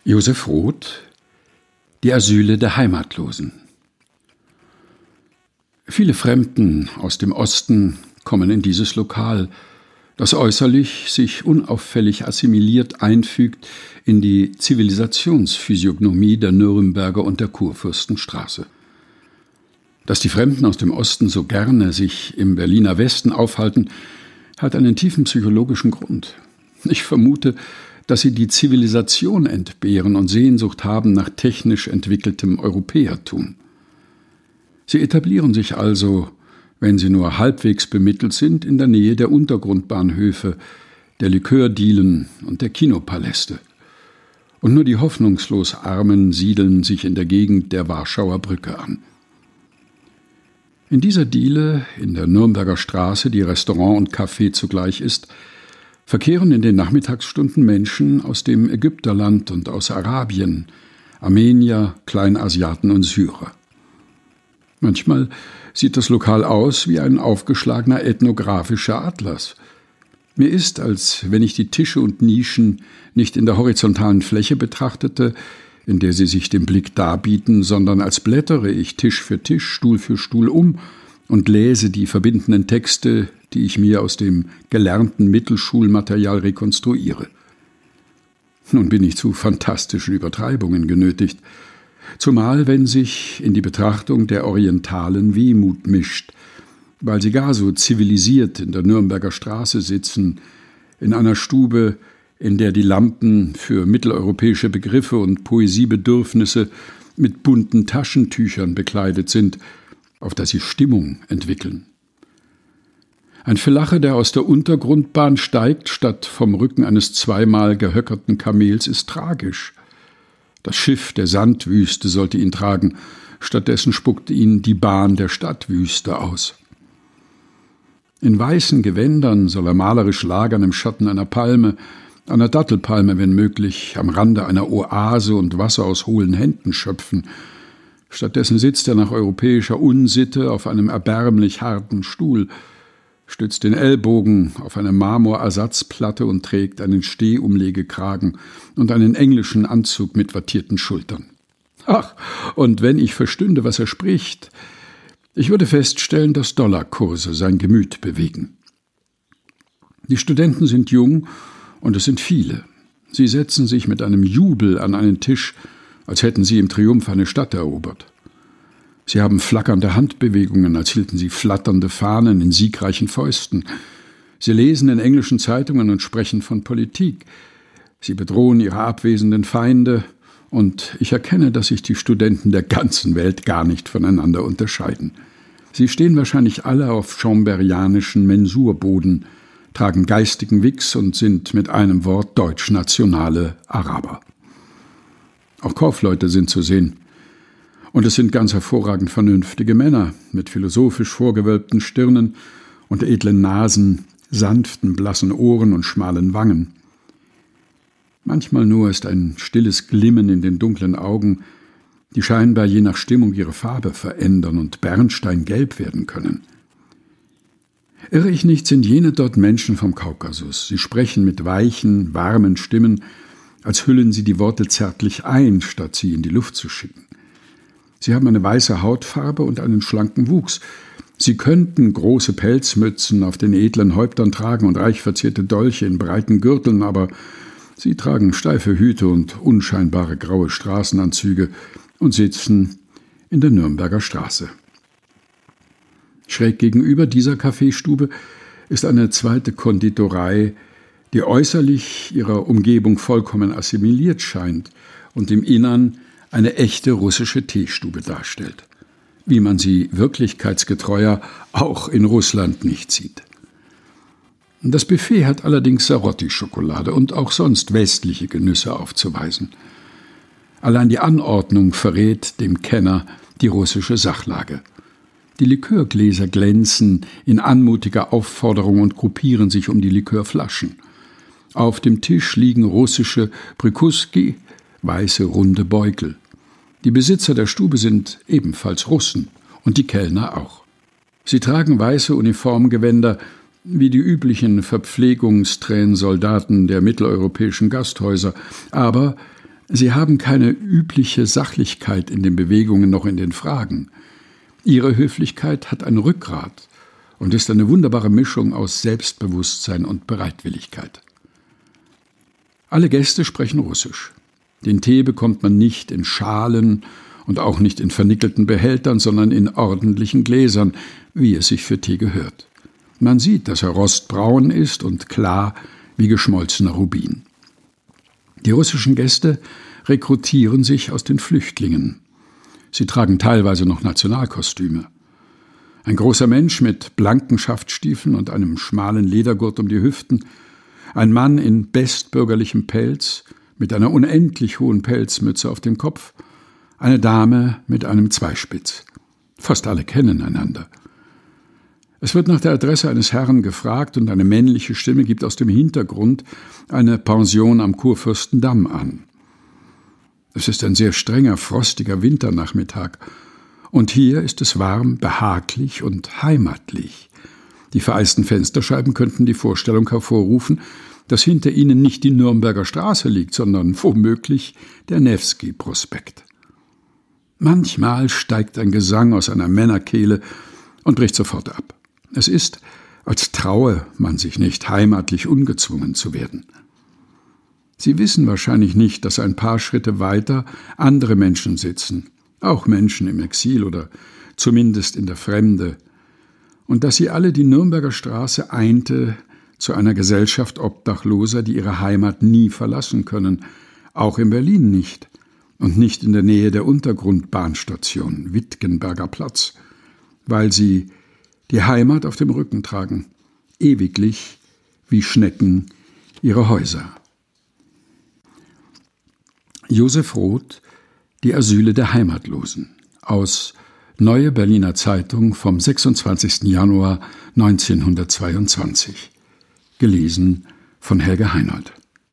Josef Roth: Die Asyle der Heimatlosen. Viele Fremden aus dem Osten kommen in dieses Lokal, das äußerlich sich unauffällig assimiliert einfügt in die Zivilisationsphysiognomie der Nürnberger und der Kurfürstenstraße. Dass die Fremden aus dem Osten so gerne sich im Berliner Westen aufhalten, hat einen tiefen psychologischen Grund. Ich vermute, dass sie die Zivilisation entbehren und Sehnsucht haben nach technisch entwickeltem Europäertum. Sie etablieren sich also, wenn sie nur halbwegs bemittelt sind, in der Nähe der Untergrundbahnhöfe, der Likördielen und der Kinopaläste. Und nur die hoffnungslos Armen siedeln sich in der Gegend der Warschauer Brücke an. In dieser Diele, in der Nürnberger Straße, die Restaurant und Café zugleich ist, verkehren in den Nachmittagsstunden Menschen aus dem Ägypterland und aus Arabien, Armenier, Kleinasiaten und Syrer. Manchmal sieht das Lokal aus wie ein aufgeschlagener ethnografischer Atlas. Mir ist, als wenn ich die Tische und Nischen nicht in der horizontalen Fläche betrachtete, in der sie sich dem Blick darbieten, sondern als blättere ich Tisch für Tisch, Stuhl für Stuhl um und lese die verbindenden Texte, die ich mir aus dem gelernten Mittelschulmaterial rekonstruiere. Nun bin ich zu fantastischen Übertreibungen genötigt, zumal wenn sich in die Betrachtung der Orientalen Wehmut mischt, weil sie gar so zivilisiert in der Nürnberger Straße sitzen, in einer Stube, in der die Lampen für mitteleuropäische Begriffe und Poesiebedürfnisse mit bunten Taschentüchern bekleidet sind, auf das sie Stimmung entwickeln. Ein Felache, der aus der Untergrundbahn steigt, statt vom Rücken eines zweimal gehöckerten Kamels, ist tragisch. Das Schiff der Sandwüste sollte ihn tragen, stattdessen spuckt ihn die Bahn der Stadtwüste aus. In weißen Gewändern soll er malerisch lagern im Schatten einer Palme, einer Dattelpalme, wenn möglich, am Rande einer Oase und Wasser aus hohlen Händen schöpfen. Stattdessen sitzt er nach europäischer Unsitte auf einem erbärmlich harten Stuhl, stützt den Ellbogen auf eine Marmorersatzplatte und trägt einen Stehumlegekragen und einen englischen Anzug mit wattierten Schultern. Ach, und wenn ich verstünde, was er spricht, ich würde feststellen, dass Dollarkurse sein Gemüt bewegen. Die Studenten sind jung und es sind viele. Sie setzen sich mit einem Jubel an einen Tisch, als hätten sie im Triumph eine Stadt erobert. Sie haben flackernde Handbewegungen, als hielten sie flatternde Fahnen in siegreichen Fäusten. Sie lesen in englischen Zeitungen und sprechen von Politik. Sie bedrohen ihre abwesenden Feinde, und ich erkenne, dass sich die Studenten der ganzen Welt gar nicht voneinander unterscheiden. Sie stehen wahrscheinlich alle auf chamberianischen Mensurboden, tragen geistigen Wicks und sind mit einem Wort deutschnationale Araber. Auch Kaufleute sind zu sehen. Und es sind ganz hervorragend vernünftige Männer mit philosophisch vorgewölbten Stirnen und edlen Nasen, sanften, blassen Ohren und schmalen Wangen. Manchmal nur ist ein stilles Glimmen in den dunklen Augen, die scheinbar je nach Stimmung ihre Farbe verändern und bernsteingelb werden können. Irre ich nicht, sind jene dort Menschen vom Kaukasus. Sie sprechen mit weichen, warmen Stimmen, als hüllen sie die Worte zärtlich ein, statt sie in die Luft zu schicken. Sie haben eine weiße Hautfarbe und einen schlanken Wuchs. Sie könnten große Pelzmützen auf den edlen Häuptern tragen und reich verzierte Dolche in breiten Gürteln, aber sie tragen steife Hüte und unscheinbare graue Straßenanzüge und sitzen in der Nürnberger Straße. Schräg gegenüber dieser Kaffeestube ist eine zweite Konditorei, die äußerlich ihrer Umgebung vollkommen assimiliert scheint und im Innern eine echte russische Teestube darstellt, wie man sie wirklichkeitsgetreuer auch in Russland nicht sieht. Das Buffet hat allerdings Sarotti-Schokolade und auch sonst westliche Genüsse aufzuweisen. Allein die Anordnung verrät dem Kenner die russische Sachlage. Die Likörgläser glänzen in anmutiger Aufforderung und gruppieren sich um die Likörflaschen. Auf dem Tisch liegen russische Prikuski, weiße runde Beutel. Die Besitzer der Stube sind ebenfalls Russen und die Kellner auch. Sie tragen weiße Uniformgewänder wie die üblichen Verpflegungstrainsoldaten der mitteleuropäischen Gasthäuser, aber Sie haben keine übliche Sachlichkeit in den Bewegungen noch in den Fragen. Ihre Höflichkeit hat ein Rückgrat und ist eine wunderbare Mischung aus Selbstbewusstsein und Bereitwilligkeit. Alle Gäste sprechen Russisch. Den Tee bekommt man nicht in Schalen und auch nicht in vernickelten Behältern, sondern in ordentlichen Gläsern, wie es sich für Tee gehört. Man sieht, dass er rostbraun ist und klar wie geschmolzener Rubin. Die russischen Gäste rekrutieren sich aus den Flüchtlingen. Sie tragen teilweise noch Nationalkostüme. Ein großer Mensch mit blanken Schaftstiefeln und einem schmalen Ledergurt um die Hüften, ein Mann in bestbürgerlichem Pelz, mit einer unendlich hohen Pelzmütze auf dem Kopf, eine Dame mit einem Zweispitz. Fast alle kennen einander. Es wird nach der Adresse eines Herrn gefragt und eine männliche Stimme gibt aus dem Hintergrund eine Pension am Kurfürstendamm an. Es ist ein sehr strenger, frostiger Winternachmittag und hier ist es warm, behaglich und heimatlich. Die vereisten Fensterscheiben könnten die Vorstellung hervorrufen, dass hinter ihnen nicht die Nürnberger Straße liegt, sondern womöglich der Newski-Prospekt. Manchmal steigt ein Gesang aus einer Männerkehle und bricht sofort ab. Es ist, als traue man sich nicht, heimatlich ungezwungen zu werden. Sie wissen wahrscheinlich nicht, dass ein paar Schritte weiter andere Menschen sitzen, auch Menschen im Exil oder zumindest in der Fremde, und dass sie alle die Nürnberger Straße einte zu einer Gesellschaft Obdachloser, die ihre Heimat nie verlassen können, auch in Berlin nicht und nicht in der Nähe der Untergrundbahnstation Wittgenberger Platz, weil sie die Heimat auf dem Rücken tragen, ewiglich wie Schnecken ihre Häuser. Josef Roth, Die Asyle der Heimatlosen, aus Neue Berliner Zeitung vom 26. Januar 1922. Gelesen von Helge Heinold.